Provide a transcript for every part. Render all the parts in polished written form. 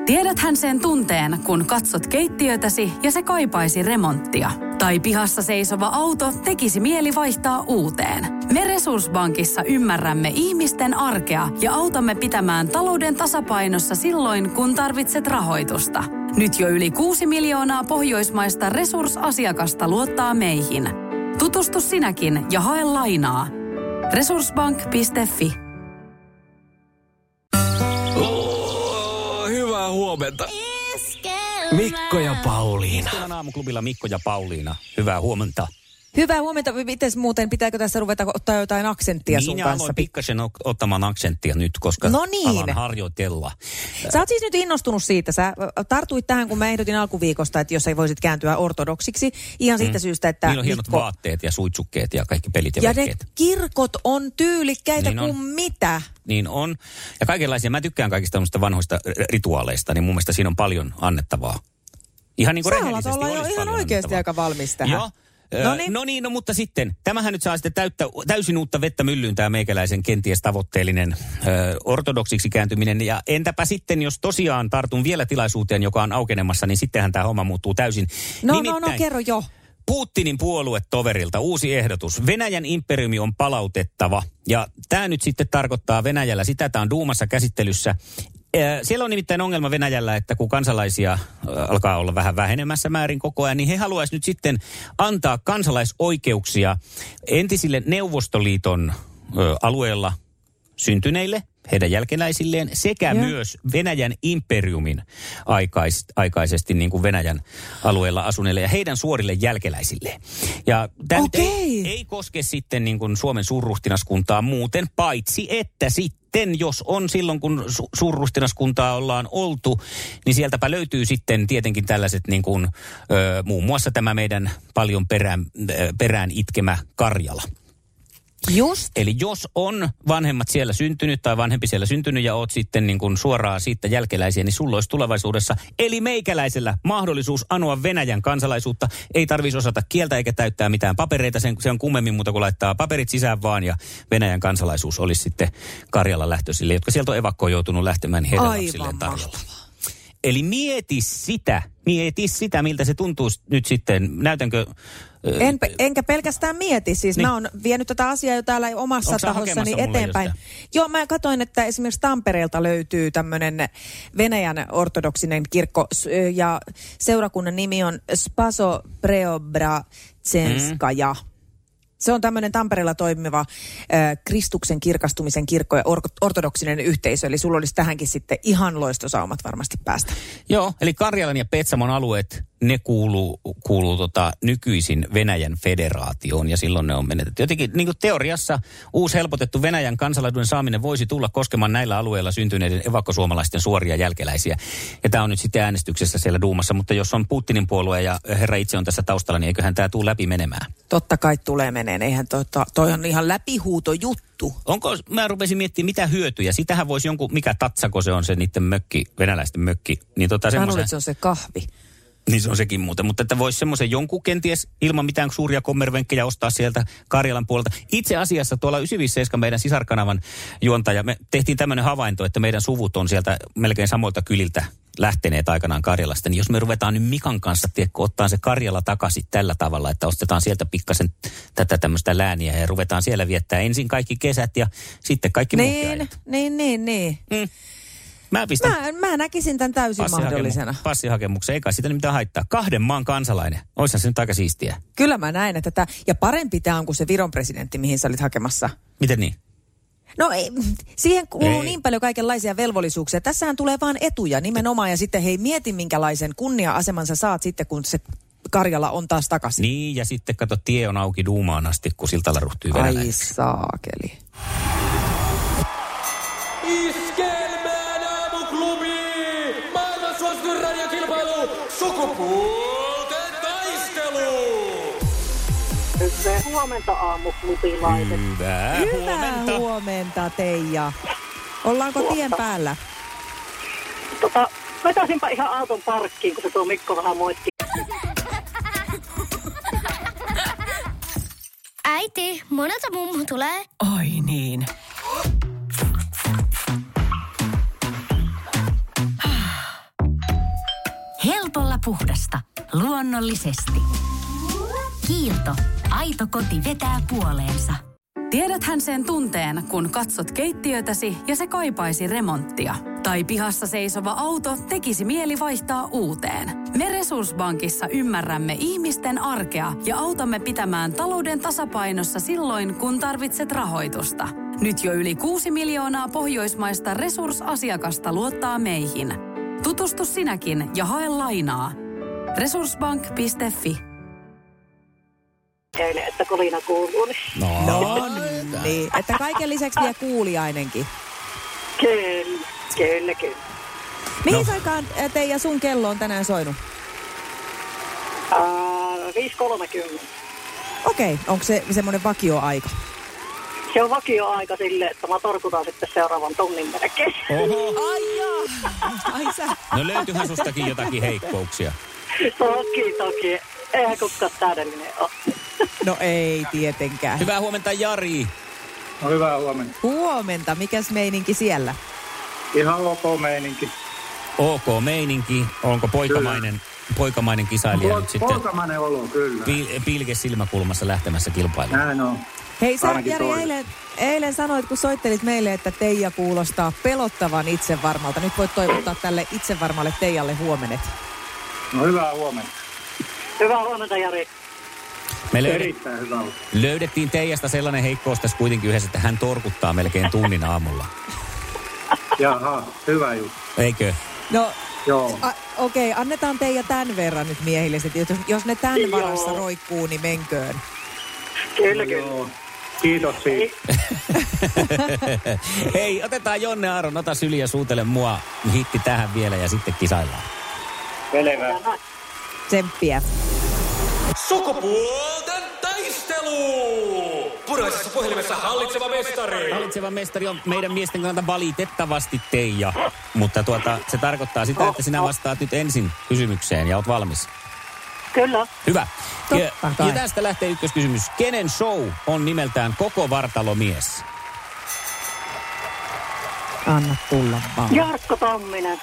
Tiedäthän sen tunteen, kun katsot keittiötäsi ja se kaipaisi remonttia. Tai pihassa seisova auto tekisi mieli vaihtaa uuteen. Me Resurssbankissa ymmärrämme ihmisten arkea ja autamme pitämään talouden tasapainossa silloin, kun tarvitset rahoitusta. Nyt jo yli 6 miljoonaa pohjoismaista resursasiakasta luottaa meihin. Tutustu sinäkin ja hae lainaa. Resurssbank.fi. Hyvää huomenta. Mikko ja Pauliina. Tänään aamuklubilla Mikko ja Pauliina. Hyvää huomenta. Hyvää huomenta. Mites muuten, pitääkö tässä ruveta ottaa jotain aksenttia sun kanssa? Minä aloin pikkasen ottamaan aksenttia nyt, koska alan harjoitella. Sä oot siis nyt innostunut siitä. Sä tartuit tähän, kun mä ehdotin alkuviikosta, että jos sä voisit kääntyä ortodoksiksi. Ihan siitä syystä, että niillä on hienot vaatteet ja suitsukkeet ja kaikki pelit ja vehkeet. Ja ne kirkot on tyylikkäitä niin kuin mitä. Niin on. Ja kaikenlaisia. Mä tykkään kaikista tämmöistä vanhoista rituaaleista, niin mun mielestä siinä on paljon annettavaa. Ihan niin kuin rehellisesti olisi jo ihan oikeasti aika valmis tähän. Joo. No mutta sitten, tämähän nyt saa sitten täysin uutta vettä myllyyn tämä meikäläisen kenties tavoitteellinen ortodoksiksi kääntyminen. Ja entäpä sitten, jos tosiaan tartun vielä tilaisuuteen, joka on aukenemassa, niin sittenhän tämä homma muuttuu täysin. No kerro jo. Putinin puoluetoverilta uusi ehdotus. Venäjän imperiumi on palautettava. Ja tämä nyt sitten tarkoittaa Venäjällä sitä, että on Duumassa käsittelyssä. Siellä on nimittäin ongelma Venäjällä, että kun kansalaisia alkaa olla vähän vähenemässä määrin koko ajan, niin he haluaisivat nyt sitten antaa kansalaisoikeuksia entisille Neuvostoliiton alueella syntyneille, heidän jälkeläisilleen, sekä myös Venäjän imperiumin aikaisesti niin kuin Venäjän alueella asuneille ja heidän suorille jälkeläisilleen. Ja tämä ei koske sitten niin kuin Suomen suurruhtinaskuntaa muuten, paitsi että sitten, jos on silloin, kun suurruhtinaskuntaa ollaan oltu, niin sieltäpä löytyy sitten tietenkin tällaiset niin kuin, muun muassa tämä meidän paljon perään itkemä Karjala. Just. Eli jos on vanhemmat siellä syntynyt tai vanhempi siellä syntynyt ja oot sitten niin kuin suoraan siitä jälkeläisiä, niin sulla olisi tulevaisuudessa, eli meikäläisellä, mahdollisuus anoa Venäjän kansalaisuutta. Ei tarvitsisi osata kieltä eikä täyttää mitään papereita. Se on kummemmin muuta kuin laittaa paperit sisään vaan ja Venäjän kansalaisuus olisi sitten Karjalan lähtöisille, jotka sieltä on evakkoon joutunut lähtemään niin heidän lapsilleen tarjolla. Eli mieti sitä, miltä se tuntuu nyt sitten. Näytänkö... Enkä pelkästään mieti. Siis mä oon vienyt tätä asiaa jo täällä omassa tahossani eteenpäin. Joo, mä katsoin, että esimerkiksi Tampereelta löytyy tämmöinen Venäjän ortodoksinen kirkko ja seurakunnan nimi on Spaso Preobrazhenskaja. Se on tämmöinen Tampereella toimiva Kristuksen kirkastumisen kirkko ja ortodoksinen yhteisö. Eli sulla olisi tähänkin sitten ihan loistosaumat varmasti päästä. Joo, eli Karjalan ja Petsamon alueet, ne kuuluu nykyisin Venäjän federaatioon ja silloin ne on menetetty. Jotenkin niin kuin teoriassa uusi helpotettu Venäjän kansalaisuuden saaminen voisi tulla koskemaan näillä alueilla syntyneiden evakkosuomalaisten suoria jälkeläisiä. Ja tämä on nyt sitten äänestyksessä siellä Duumassa, mutta jos on Putinin puolue ja herra itse on tässä taustalla, niin eiköhän tämä tule läpi menemään. Totta kai tulee meneen. Eihän toi on ihan läpihuuto juttu. Mä rupesin miettimään, mitä hyötyjä. Sitähän voisi mikä tatsako se on se niiden mökki, venäläisten mökki. Niin mä luulen, että se on se kahvi. Niin se on sekin muuten, mutta että voisi semmoisen jonkun kenties ilman mitään suuria kommervenkkejä ostaa sieltä Karjalan puolelta. Itse asiassa tuolla 957 meidän sisarkanavan juontaja, me tehtiin tämmöinen havainto, että meidän suvut on sieltä melkein samoilta kyliltä lähteneet aikanaan Karjalasta. Niin jos me ruvetaan nyt Mikan kanssa, ottaa se Karjala takaisin tällä tavalla, että ostetaan sieltä pikkasen tätä tämmöistä lääniä ja ruvetaan siellä viettää ensin kaikki kesät ja sitten kaikki muutkin ajat. Niin. Mä näkisin tämän täysin mahdollisena. Passihakemuksen, eikä sitä mitään haittaa. 2 maan kansalainen. Oishan se nyt aika siistiä. Kyllä mä näen, että ja parempi tämä on kuin se Viron presidentti, mihin sä olit hakemassa. Miten niin? No siihen kuuluu niin paljon kaikenlaisia velvollisuuksia. Tässähän tulee vaan etuja nimenomaan ja sitten mieti minkälaisen kunnia-aseman sä saat sitten, kun se Karjala on taas takaisin. Niin ja sitten kato, tie on auki Duumaan asti, kun siltalla ruhtyy venäläiseksi. Ai saakeli. Hyvää huomenta aamuklubilaiset. Hyvää huomenta Teija. Ollaanko tien päällä? Vetäisinpä ihan auton parkkiin, kun se tuo Mikko vähän moitti. Äiti, monelta mummu tulee? Ai niin. Helpolla puhdasta. Luonnollisesti. Kiilto. Aito koti vetää puoleensa. Tiedäthän sen tunteen, kun katsot keittiötäsi ja se kaipaisi remonttia. Tai pihassa seisova auto tekisi mieli vaihtaa uuteen. Me Resurssbankissa ymmärrämme ihmisten arkea ja autamme pitämään talouden tasapainossa silloin, kun tarvitset rahoitusta. Nyt jo yli 6 miljoonaa pohjoismaista Resurss-asiakasta luottaa meihin. Tutustu sinäkin ja hae lainaa. Resurssbank.fi. Että kolina kuuluu. No niin, että kaiken lisäksi vielä kuuliainenkin. Kyllä. Mihin aikaan te ja sun kello on tänään soinut? 5.30. Okei, onko se semmoinen vakioaika? Se on vakioaika sille, että mä torkutan sitten seuraavan tunnin melkein. Oho. Ai sä. No löytyyhän sustakin jotakin heikkouksia. Toki. Eihän kukaan täydellinen ole. No ei tietenkään. Hyvää huomenta, Jari. No hyvää huomenta. Huomenta, mikäs meininki siellä? Ihan ok meininki. Ok meininki. Onko poikamainen kisailija nyt sitten? Poikamainen olo, kyllä. Pilke silmäkulmassa lähtemässä kilpailuun. Näin on. Hei sä, Jari, eilen sanoit, kun soittelit meille, että Teija kuulostaa pelottavan itsevarmalta. Nyt voit toivottaa tälle itsevarmalle Teijalle huomenet. No hyvää huomenta. Hyvää huomenta, Jari. Erittäin hyvä. Löydettiin Teijasta sellainen heikkous tässä kuitenkin yhdessä, että hän torkuttaa melkein tunnin aamulla. Jaha, hyvä juttu. Eikö? No, joo. Okei, annetaan Teija tämän verran nyt miehille. Jos ne tämän varassa roikkuu, niin menköön. Kyllä. Joo. Kiitos siitä. Hei, otetaan Jonne Aaron, ota syli ja suutele mua hitti tähän vielä ja sitten kisaillaan. Selvä. Tsemppiä. Sukupuolten taistelu! Puraisessa puhelimessa hallitseva mestari. Hallitseva mestari on meidän miesten kannalta valitettavasti Teija. Mutta se tarkoittaa sitä, että sinä vastaat nyt ensin kysymykseen ja oot valmis. Kyllä. Hyvä. Ja tästä lähtee ykköskysymys. Kenen show on nimeltään Koko vartalomies? Anna tulla vaan. Jarkko Tamminen.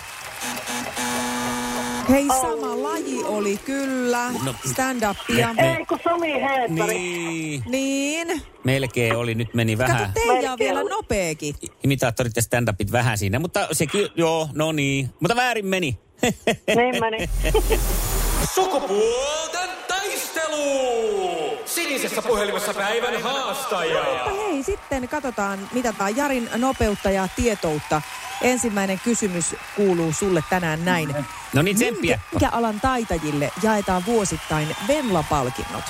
Hei, sama laji oli kyllä. No, stand-upia. Ei, kun Sami Heettari. Niin. Melkein oli, nyt meni vähän. Kato, Teija on vielä nopeekin. Imitaattorit ja stand-upit vähän siinä, mutta sekin, joo, no niin. Mutta väärin meni. Niin meni. Sukupuolten taistelu! Sinisessä puhelimessa päivän haastaja. Mutta hei, sitten mitataan Jarin nopeutta ja tietoutta. Ensimmäinen kysymys kuuluu sulle tänään näin. No niin, tsemppiä. Minkä alan taitajille jaetaan vuosittain Venla-palkinnot?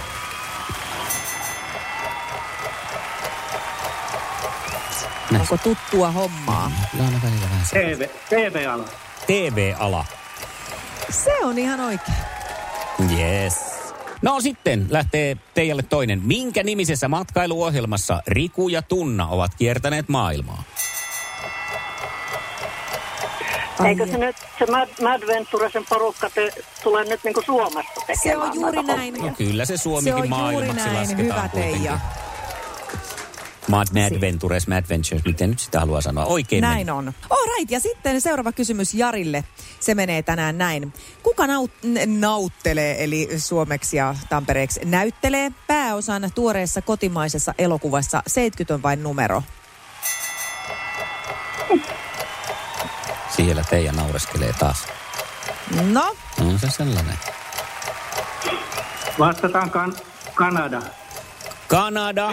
Onko tuttua hommaa? TV-ala. TV-ala. Se on ihan oikein. Yes. No sitten lähtee Teijalle toinen. Minkä nimisessä matkailuohjelmassa Riku ja Tunna ovat kiertäneet maailmaa? Eikö se nyt, se Mad Venturesen porukka tulee nyt niinku Suomesta tekemään? Se on juuri näin. No kyllä se Suomikin maailmaksi lasketaan hyvä Teija. Mad Ventures, Mad Ventures, miten nyt sitä haluaa sanoa? Oikein näin meni. On. All right, ja sitten seuraava kysymys Jarille. Se menee tänään näin. Kuka nauttelee, eli suomeksi ja tampereeksi näyttelee pääosan tuoreessa kotimaisessa elokuvassa 70 on vain numero? Siellä Teija naureskelee taas. No? On se sellainen. Vastataan Kanada. Kanada.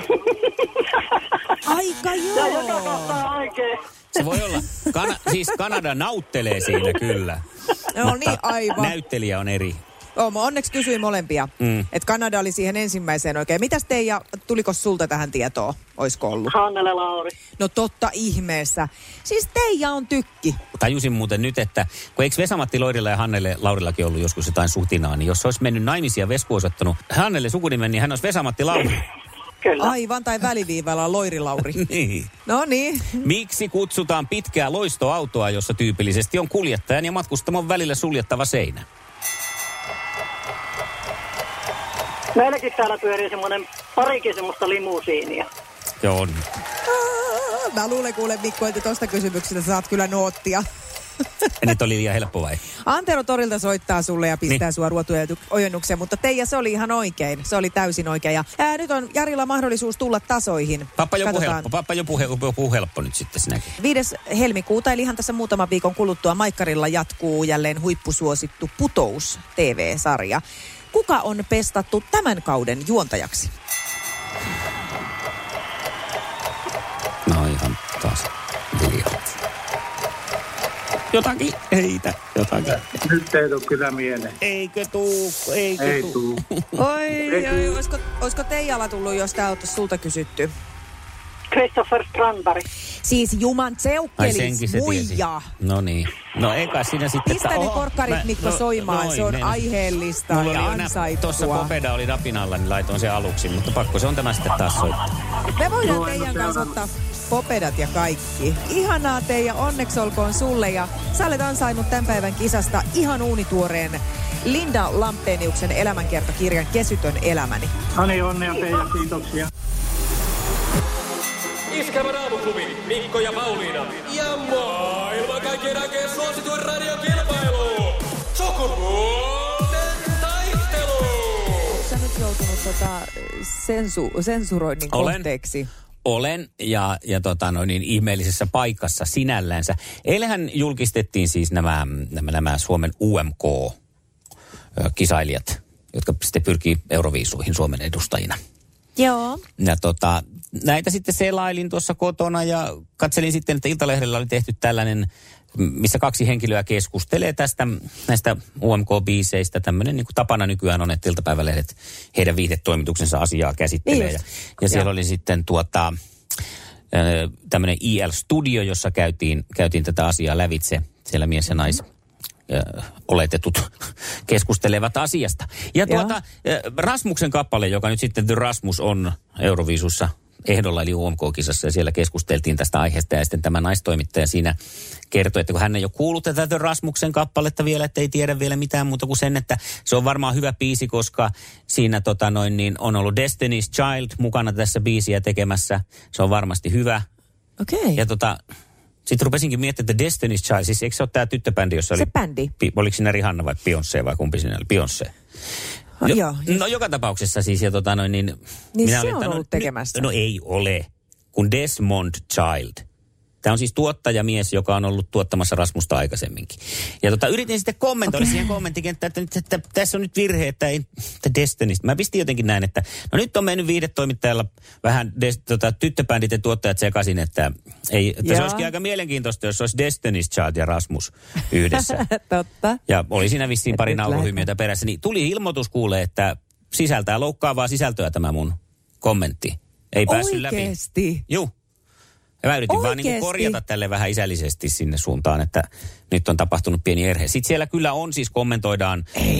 Aika joo. Se voi olla. Siis Kanada nauttelee siinä kyllä. No niin, aivan. Näyttelijä on eri. Onneksi kysyin molempia. Että Kanada oli siihen ensimmäiseen oikein. Mitäs Teija, tuliko sulta tähän tietoa? Oisko ollut? Hannele Lauri. No totta ihmeessä. Siis Teija on tykki. Tajusin muuten nyt, että kun eikö Vesa-Matti Loirilla ja Hannele Laurillakin ollut joskus jotain suhtinaa, niin jos olisi mennyt naimisiin ja Vesku olisi ottanut Hannele sukunimen, niin hän olisi Vesa-Matti Lauri. Kyllä. Aivan, tai väliviivalla Loiri Lauri. Niin. No niin. Miksi kutsutaan pitkää loistoautoa, jossa tyypillisesti on kuljettajan ja matkustamon välillä suljettava seinä? Meilläkin täällä pyörii parikin semmoista limusiinia. Joo. Mä luulen kuule Mikko, että tosta kysymyksestä saat kyllä noottia. Nyt oli liian helppo vai? Antero torilta soittaa sulle ja pistää sua ruotuja ojennuksia, mutta Teija, se oli ihan oikein. Se oli täysin oikein. Ja nyt on Jarilla mahdollisuus tulla tasoihin. Pappa joku helppo nyt sitten sinäkin. 5. helmikuuta, eli ihan tässä muutaman viikon kuluttua Maikkarilla jatkuu jälleen huippusuosittu Putous TV-sarja. Kuka on pestattu tämän kauden juontajaksi? No ihan taas liian. Jotakin. Nyt ei tule kyllä mieleen. Eikö tuu? Oi, olisiko Teijalla tullut, jos tää oltaisi sulta kysytty? Christopher Strandberg. Siis Juman Tseukkelis, muija. No niin. No eikä siinä sitten... Pistä ne korkkarit, Mikko, soimaan. Se on aiheellista ja ansaittua. Tuossa Popeda oli rapinalla, niin laitoin sen aluksi, mutta pakko se on tämä sitten taas soittaa. Me voidaan Teijan kanssa ottaa Popedat ja kaikki. Ihanaa Teija, onneksi olkoon sulle. Ja sä olet ansainnut tämän päivän kisasta ihan uunituoreen Linda Lampeniuksen elämänkertakirjan Kesytön elämäni. No niin, onnea Teija, kiitoksia. Iskelmän aamuklubi, Mikko ja Pauliina. Ja maailman kaikkien aikeen suosituen radiokilpailu. Sukupuolten taistelu. Oletko sä nyt joutunut sensuroinnin kohteeksi? Olen ja ihmeellisessä paikassa sinällänsä. Eilähän julkistettiin siis nämä Suomen UMK-kisailijat, jotka sitten pyrkii Euroviisuihin Suomen edustajina. Joo. Ja näitä sitten selailin tuossa kotona ja katselin sitten, että Iltalehdellä oli tehty tällainen, missä 2 henkilöä keskustelee näistä UMK-biiseistä. Tämmöinen niin kuin tapana nykyään on, että iltapäivälehdet heidän viihdetoimituksensa asiaa käsittelee. Ja siellä oli sitten tämmöinen IL-studio, jossa käytiin tätä asiaa lävitse. Siellä mies ja oletetut keskustelevat asiasta. Ja Rasmuksen kappale, joka nyt sitten The Rasmus on Euroviisussa ehdolla, eli UMK-kisassa, ja siellä keskusteltiin tästä aiheesta, ja sitten tämä naistoimittaja siinä kertoi, että kun hän ei ole kuullut tätä The Rasmuksen kappaletta vielä, että ei tiedä vielä mitään muuta kuin sen, että se on varmaan hyvä biisi, koska siinä on ollut Destiny's Child mukana tässä biisiä tekemässä. Se on varmasti hyvä. Okei. Ja sitten rupesinkin miettimään, että Destiny's Child, siis eikö se ole tämä tyttöbändi, jossa oli... Se bändi. Oliko siinä Rihanna vai Beyoncé vai kumpi siinä oli? Beyoncé. No joka tapauksessa siis, ja Niin minä se on ollut tekemässä. No ei ole, kun Desmond Child. Tämä on siis tuottajamies, joka on ollut tuottamassa Rasmusta aikaisemminkin. Ja yritin sitten kommentoida siihen kommenttikenttään, että tässä on nyt virhe, että Destinystä. Mä pistin jotenkin näin, että no nyt on mennyt viihdetoimittajalla vähän tyttöbändit ja tuottajat sekaisin, että se olisikin aika mielenkiintoista, jos olisi Destiny's Child ja Rasmus yhdessä. Totta. Ja oli siinä vissiin pari nauruhymiötä perässä. Niin tuli ilmoitus kuulee, että sisältää loukkaavaa sisältöä tämä mun kommentti. Ei päässyt läpi. Oikeesti? Juu. Ja mä yritin vaan niin korjata tälle vähän isällisesti sinne suuntaan, että nyt on tapahtunut pieni erhe. Sitten siellä kyllä on siis kommentoidaan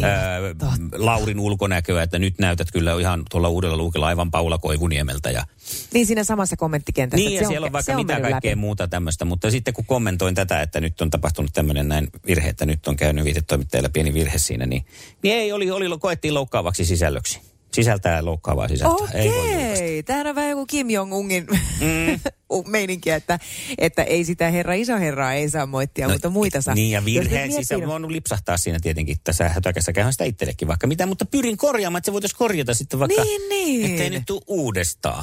Laurin ulkonäköä, että nyt näytät kyllä ihan tuolla Uudella Luukella aivan Paula Koivuniemeltä. Ja... Niin siinä samassa kommenttikentässä. Niin ja siellä on vaikka mitä kaikkea muuta tämmöistä, mutta sitten kun kommentoin tätä, että nyt on tapahtunut tämmöinen näin virhe, että nyt on käynyt viitetoimittajalla pieni virhe siinä, niin ei, koettiin loukkaavaksi sisällöksi. Sisältää loukkaavaa sisältöä. Okei, tämähän on vähän joku Kim Jong-ungin meininki, että ei sitä isoherraa ei saa moittia, mutta muita saa. Niin ja virheen siis on voinut lipsahtaa siinä tietenkin tässä hötäkässä. Käyhän sitä itsellekin vaikka mitä, mutta pyrin korjaamaan, että se voitaisiin korjata sitten vaikka, ettei nyt tule uudestaan.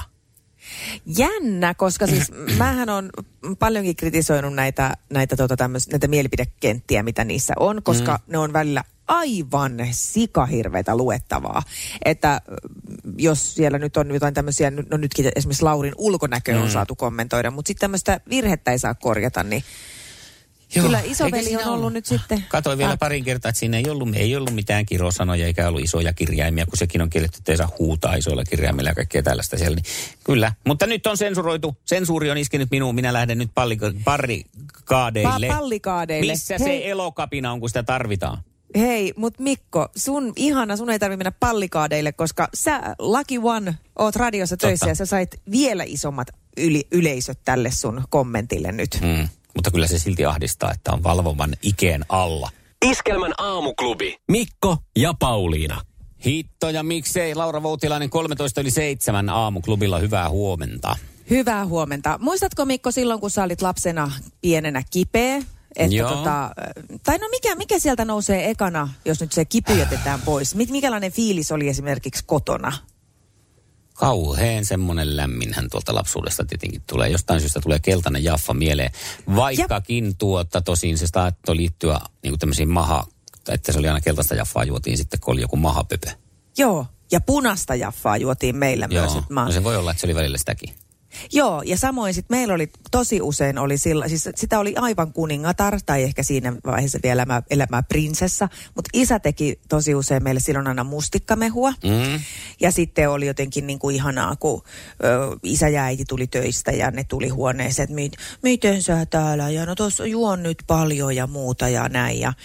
Jännä, koska siis mähän on paljonkin kritisoinut näitä mielipidekenttiä, mitä niissä on, koska ne on välillä aivan sikahirveitä luettavaa. Että jos siellä nyt on jotain tämmöisiä, no nytkin esimerkiksi Laurin ulkonäköä on saatu kommentoida, mutta sitten tämmöistä virhettä ei saa korjata, niin joo, kyllä isoveli on ollut nyt sitten. Katoin vielä parin kertaa, että siinä ei ollut mitään kirosanoja eikä ollut isoja kirjaimia, kun sekin on kielletty, että ei saa huutaa isoilla kirjaimilla ja kaikkea tällaista siellä. Niin kyllä, mutta nyt on sensuroitu. Sensuuri on iskenyt minuun. Minä lähden nyt barrikaadeille. Missä se elokapina on, kun sitä tarvitaan? Hei, mutta Mikko, sun ei tarvitse mennä pallikaadeille, koska sä Lucky One oot radiossa töissä ja sä sait vielä isommat yleisöt tälle sun kommentille nyt. Mutta kyllä se silti ahdistaa, että on valvovan ikeen alla. Iskelmän aamuklubi. Mikko ja Pauliina. Hitto ja miksei. Laura Voutilainen 7:13 aamuklubilla. Hyvää huomenta. Hyvää huomenta. Muistatko Mikko silloin, kun sä olit lapsena pienenä kipeä? Tai no mikä sieltä nousee ekana, jos nyt se kipu jätetään pois? Mikälainen fiilis oli esimerkiksi kotona? Kauheen semmoinen lämminhän tuolta lapsuudesta tietenkin tulee. Jostain syystä tulee keltainen jaffa mieleen. Vaikkakin tosin se saattoi liittyä niin tämmöisiin että se oli aina keltaista jaffaa juotiin sitten, kun oli joku mahapöpö. Joo, ja punaista jaffaa juotiin meillä myös. No se voi olla, että se oli välillä sitäkin. Joo, ja samoin sitten meillä oli tosi usein, siis sitä oli aivan kuningatar, tai ehkä siinä vaiheessa vielä elämää prinsessa, mutta isä teki tosi usein meille silloin aina mustikkamehua. Ja sitten oli jotenkin niin kuin ihanaa, kun isä ja äiti tuli töistä ja ne tuli huoneeseen, että miten sä täällä, ja no tuossa juon nyt paljon ja muuta ja näin. Ja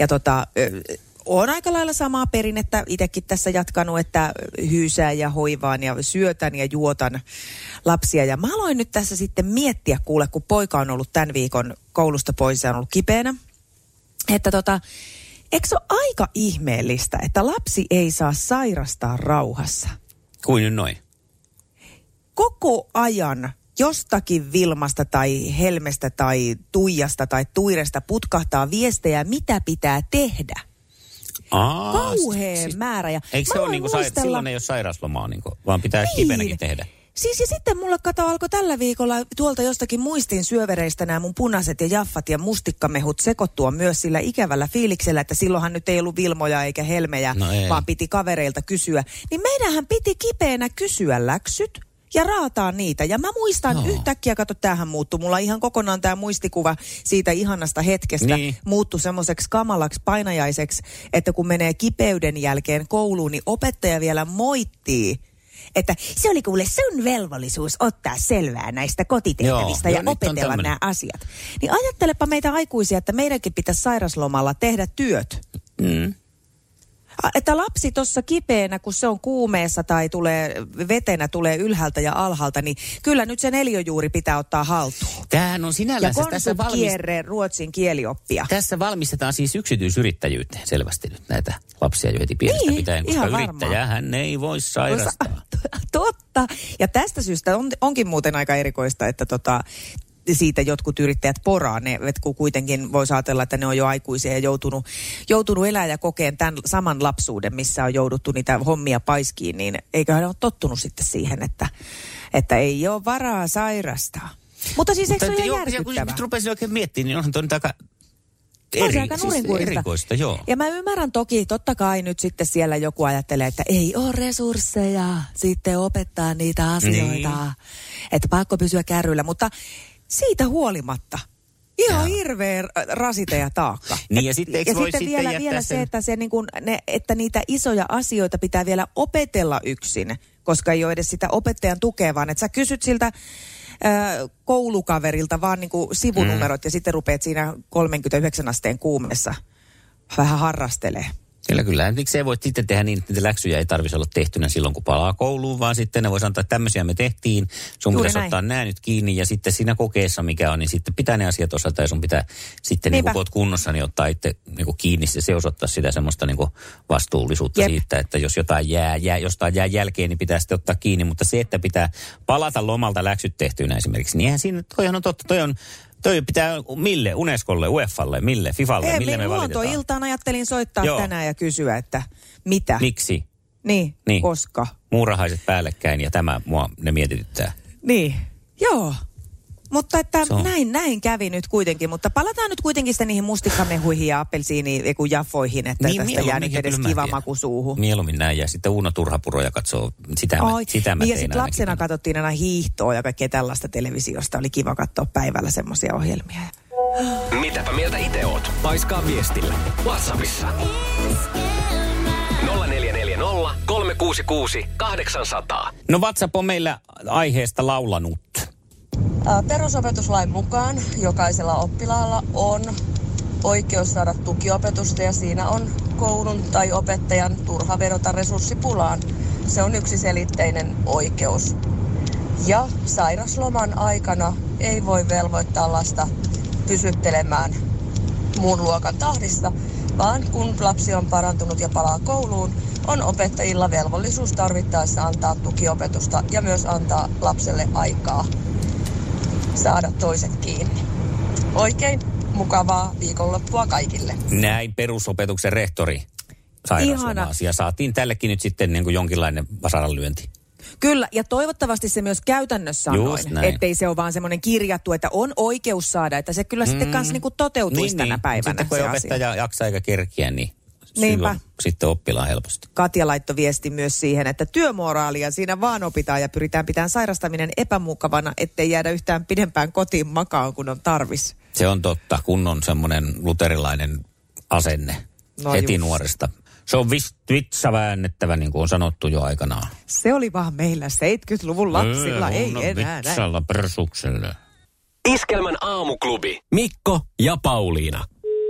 on aika lailla samaa perinnettä itsekin tässä jatkanut, että hyysään ja hoivaan ja syötän ja juotan lapsia. Ja mä aloin nyt tässä sitten miettiä, kuule, kun poika on ollut tämän viikon koulusta pois ja on ollut kipeänä, että eikö se ole aika ihmeellistä, että lapsi ei saa sairastaa rauhassa? Kuin nyt noin? Koko ajan jostakin Vilmasta tai Helmestä tai Tuijasta tai Tuiresta putkahtaa viestejä, mitä pitää tehdä. Kauhea määrä. Ja eikö se ole niin kuin silloin ei ole sairauslomaa, niin kuin, vaan pitää kipeänäkin tehdä? Siis ja sitten mulle alkoi tällä viikolla tuolta jostakin muistin syövereistä nämä mun punaiset ja jaffat ja mustikkamehut sekoittua myös sillä ikävällä fiiliksellä, että silloinhan nyt ei ollut Vilmoja eikä Helmejä, vaan piti kavereilta kysyä. Niin meidänhän piti kipeänä kysyä läksyt ja raataa niitä. Ja mä muistan yhtäkkiä, kato, tämähän muuttui. Mulla ihan kokonaan tämä muistikuva siitä ihanasta hetkestä muuttui semmoiseksi kamalaksi painajaiseksi, että kun menee kipeyden jälkeen kouluun, niin opettaja vielä moittii, että se oli kuule sun velvollisuus ottaa selvää näistä kotitehtävistä ja opetella nämä asiat. Niin ajattelepa meitä aikuisia, että meidänkin pitäisi sairaslomalla tehdä työt. Että lapsi tuossa kipeänä, kun se on kuumeessa tai vetenä tulee ylhäältä ja alhaalta, niin kyllä nyt se neliöjuuri pitää ottaa haltuun. Tämähän on sinällänsä ja ruotsin kielioppia. Tässä valmistetaan siis yksityisyrittäjyyteen selvästi nyt näitä lapsia jo heti pienestä pitäen, koska yrittäjähän ei voi sairastaa. Totta. Ja tästä syystä onkin muuten aika erikoista, että siitä jotkut yrittäjät poraa ne, kun kuitenkin voisi ajatella, että ne on jo aikuisia ja joutunut elää ja kokeen tämän saman lapsuuden, missä on jouduttu niitä hommia paiskiin, niin eiköhän ne ole tottunut sitten siihen, että ei ole varaa sairastaa. Mutta siis eikö se ole ihan järkyttävää? Kun rupesin oikein miettimään, niin onhan toi nyt aika erikoista, joo. Ja mä ymmärrän totta kai nyt sitten siellä joku ajattelee, että ei ole resursseja sitten opettaa niitä asioita, että pakko pysyä kärryillä, mutta siitä huolimatta ihan hirveä rasite ja taakka. Niin ja sitten vielä se, että että niitä isoja asioita pitää vielä opetella yksin, koska ei ole edes sitä opettajan tukea, vaan että sä kysyt siltä koulukaverilta vaan niin kuin sivunumerot ja sitten rupeat siinä 39 asteen kuumeessa vähän harrastelee. Kyllä. Miksi ei voi sitten tehdä niin, että niitä läksyjä ei tarvitsisi olla tehtynä silloin, kun palaa kouluun, vaan sitten ne voisi antaa, että tämmöisiä me tehtiin. Sun pitäisi ottaa nämä nyt kiinni ja sitten siinä kokeessa, mikä on, niin sitten pitää ne asiat osata ja sun pitää sitten, niin kun oot kunnossa, niin ottaa itse niin kiinni. Se osoittaa sitä semmoista niin vastuullisuutta siitä, että jos jostain jää jälkeen, niin pitää sitten ottaa kiinni. Mutta se, että pitää palata lomalta läksyt tehtyinä esimerkiksi, niin eihän siinä, toihan on totta, toi pitää mille? Unescolle, UEFalle, mille? FIFalle, mille me valitetaan? Luontoiltaan ajattelin soittaa tänään ja kysyä, että mitä? Miksi? Niin. Koska? Muurahaiset päällekkäin ja tämä ne mietityttää. Niin, joo. Mutta että näin kävi nyt kuitenkin, mutta palataan nyt kuitenkin sitten niihin mustikkamehuihin ja jaffoihin, että tästä jää nyt edes kiva maku suuhun. Mieluummin näin ja sitten Uuno Turhapuroja katsoo, sitä mä ja sitten lapsena katsottiin aina hiihtoa ja kaikkea tällaista televisiosta, oli kiva katsoa päivällä semmoisia ohjelmia. Mitäpä mieltä itse oot? Paiskaa viestillä. WhatsAppissa. 0440 366 800. No WhatsApp on meillä aiheesta laulanut. Perusopetuslain mukaan jokaisella oppilaalla on oikeus saada tukiopetusta ja siinä on koulun tai opettajan turha vedota resurssipulaan. Se on yksiselitteinen oikeus. Ja sairasloman aikana ei voi velvoittaa lasta pysyttelemään muun luokan tahdissa, vaan kun lapsi on parantunut ja palaa kouluun, on opettajilla velvollisuus tarvittaessa antaa tukiopetusta ja myös antaa lapselle aikaa saada toiset kiinni. Oikein mukavaa viikonloppua kaikille. Näin perusopetuksen rehtori sairauslomasi. Ja saatiin tällekin nyt sitten niin kuin jonkinlainen vasaranlyönti. Kyllä, ja toivottavasti se myös käytännössä on noin, ettei se ole vaan semmoinen kirjattu, että on oikeus saada, että se kyllä sitten kanssa niin kuin toteutuisi tänä päivänä. Sitten kun ei opettaja jaksa eikä kerkiä, niin sitten oppilaan helposti. Katja laittoi viesti myös siihen, että työmoraalia siinä vaan opitaan ja pyritään pitämään sairastaminen epämukavana, ettei jäädä yhtään pidempään kotiin makaan, kun on tarvis. Se on totta, kun on semmoinen luterilainen asenne heti nuoresta. Se on vitsa väännettävä, niin kuin on sanottu jo aikanaan. Se oli vaan meillä 70-luvun lapsilla, ei enää vitsalla persukselle. Iskelmän aamuklubi. Mikko ja Pauliina.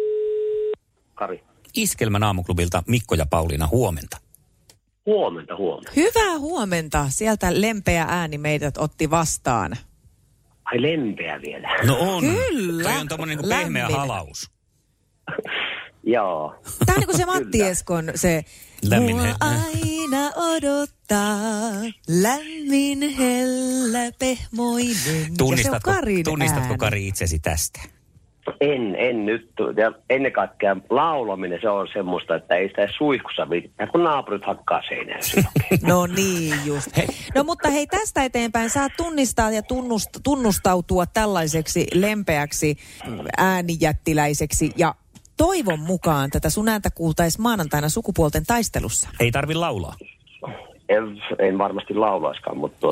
Kari. Iskelmän aamuklubilta Mikko ja Pauliina, huomenta. Huomenta. Hyvää huomenta. Sieltä lempeä ääni meidät otti vastaan. Ai lempeä vielä. No on. Kyllä. Toi on tommonen niin pehmeä halaus. Joo. Tämä on niin kuin se Matti Eskon se... Mua aina odottaa, lämmin, hellä, pehmoinen. Tunnistatko Kari itsesi tästä? En nyt. Ja ennen kaikkea laulaminen, se on semmoista, että ei sitä suihkussa viittää, kun naapurit hakkaa seinään. No niin just. No mutta hei, tästä eteenpäin saa tunnistaa ja tunnustautua tällaiseksi lempeäksi äänijättiläiseksi ja toivon mukaan tätä sun ääntä kuultaisi maanantaina sukupuolten taistelussa. Ei tarvi laulaa. En varmasti laulaiskaan, mutta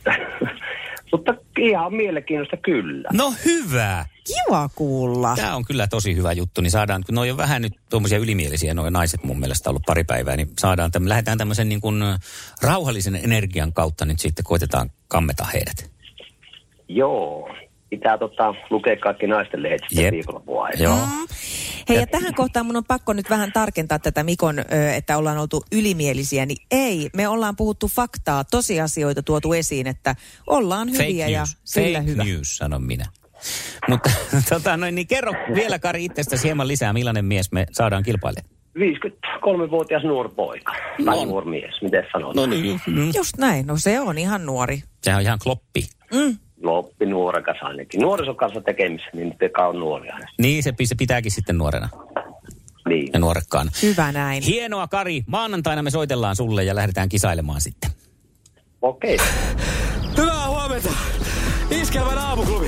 mutta ihan mielenkiintoista kyllä. No hyvä. Kiva kuulla. Tämä on kyllä tosi hyvä juttu, niin saadaan, kun ne on vähän nyt tuommoisia ylimielisiä, nuo naiset mun mielestä ollut pari päivää, niin lähdetään tämmöisen niin kuin rauhallisen energian kautta nyt sitten koitetaan kammeta heidät. Joo. Pitää lukea kaikki naisten lehdet sitten viikonloppuun aina. Joo. Hei, ja tähän kohtaan mun on pakko nyt vähän tarkentaa tätä Mikon, että ollaan oltu ylimielisiä, niin ei. Me ollaan puhuttu faktaa, tosiasioita tuotu esiin, että ollaan hyviä ja sillä hyvä. Fake news, sanon minä. Mutta niin kerro vielä Kari itsestäsi hieman lisää, millainen mies me saadaan kilpailemaan. 53-vuotias nuori poika. Tai nuori mies, miten sanotaan? No niin. Just näin, no se on ihan nuori. Sehän on ihan kloppi. Loppi nuorekas ainakin. Nuorison kanssa tekemissä, niin Pekka on nuoria. Niin, se pitääkin sitten nuorena. Niin. Ja nuorekkaan. Hyvä näin. Hienoa, Kari. Maanantaina me soitellaan sulle ja lähdetään kisailemaan sitten. Okei. Hyvää huomenta. Iskelmän aamuklubi.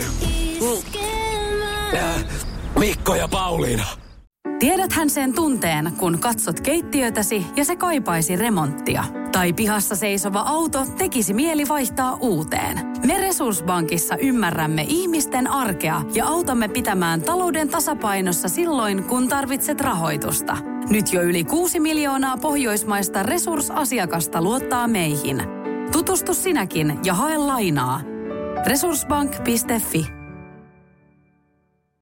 Mikko ja Pauliina. Tiedäthän sen tunteen, kun katsot keittiötäsi ja se kaipaisi remonttia. Tai pihassa seisova auto tekisi mieli vaihtaa uuteen. Me Resurssbankissa ymmärrämme ihmisten arkea ja autamme pitämään talouden tasapainossa silloin, kun tarvitset rahoitusta. Nyt jo yli 6 miljoonaa pohjoismaista resursasiakasta luottaa meihin. Tutustu sinäkin ja hae lainaa. Resurssbank.fi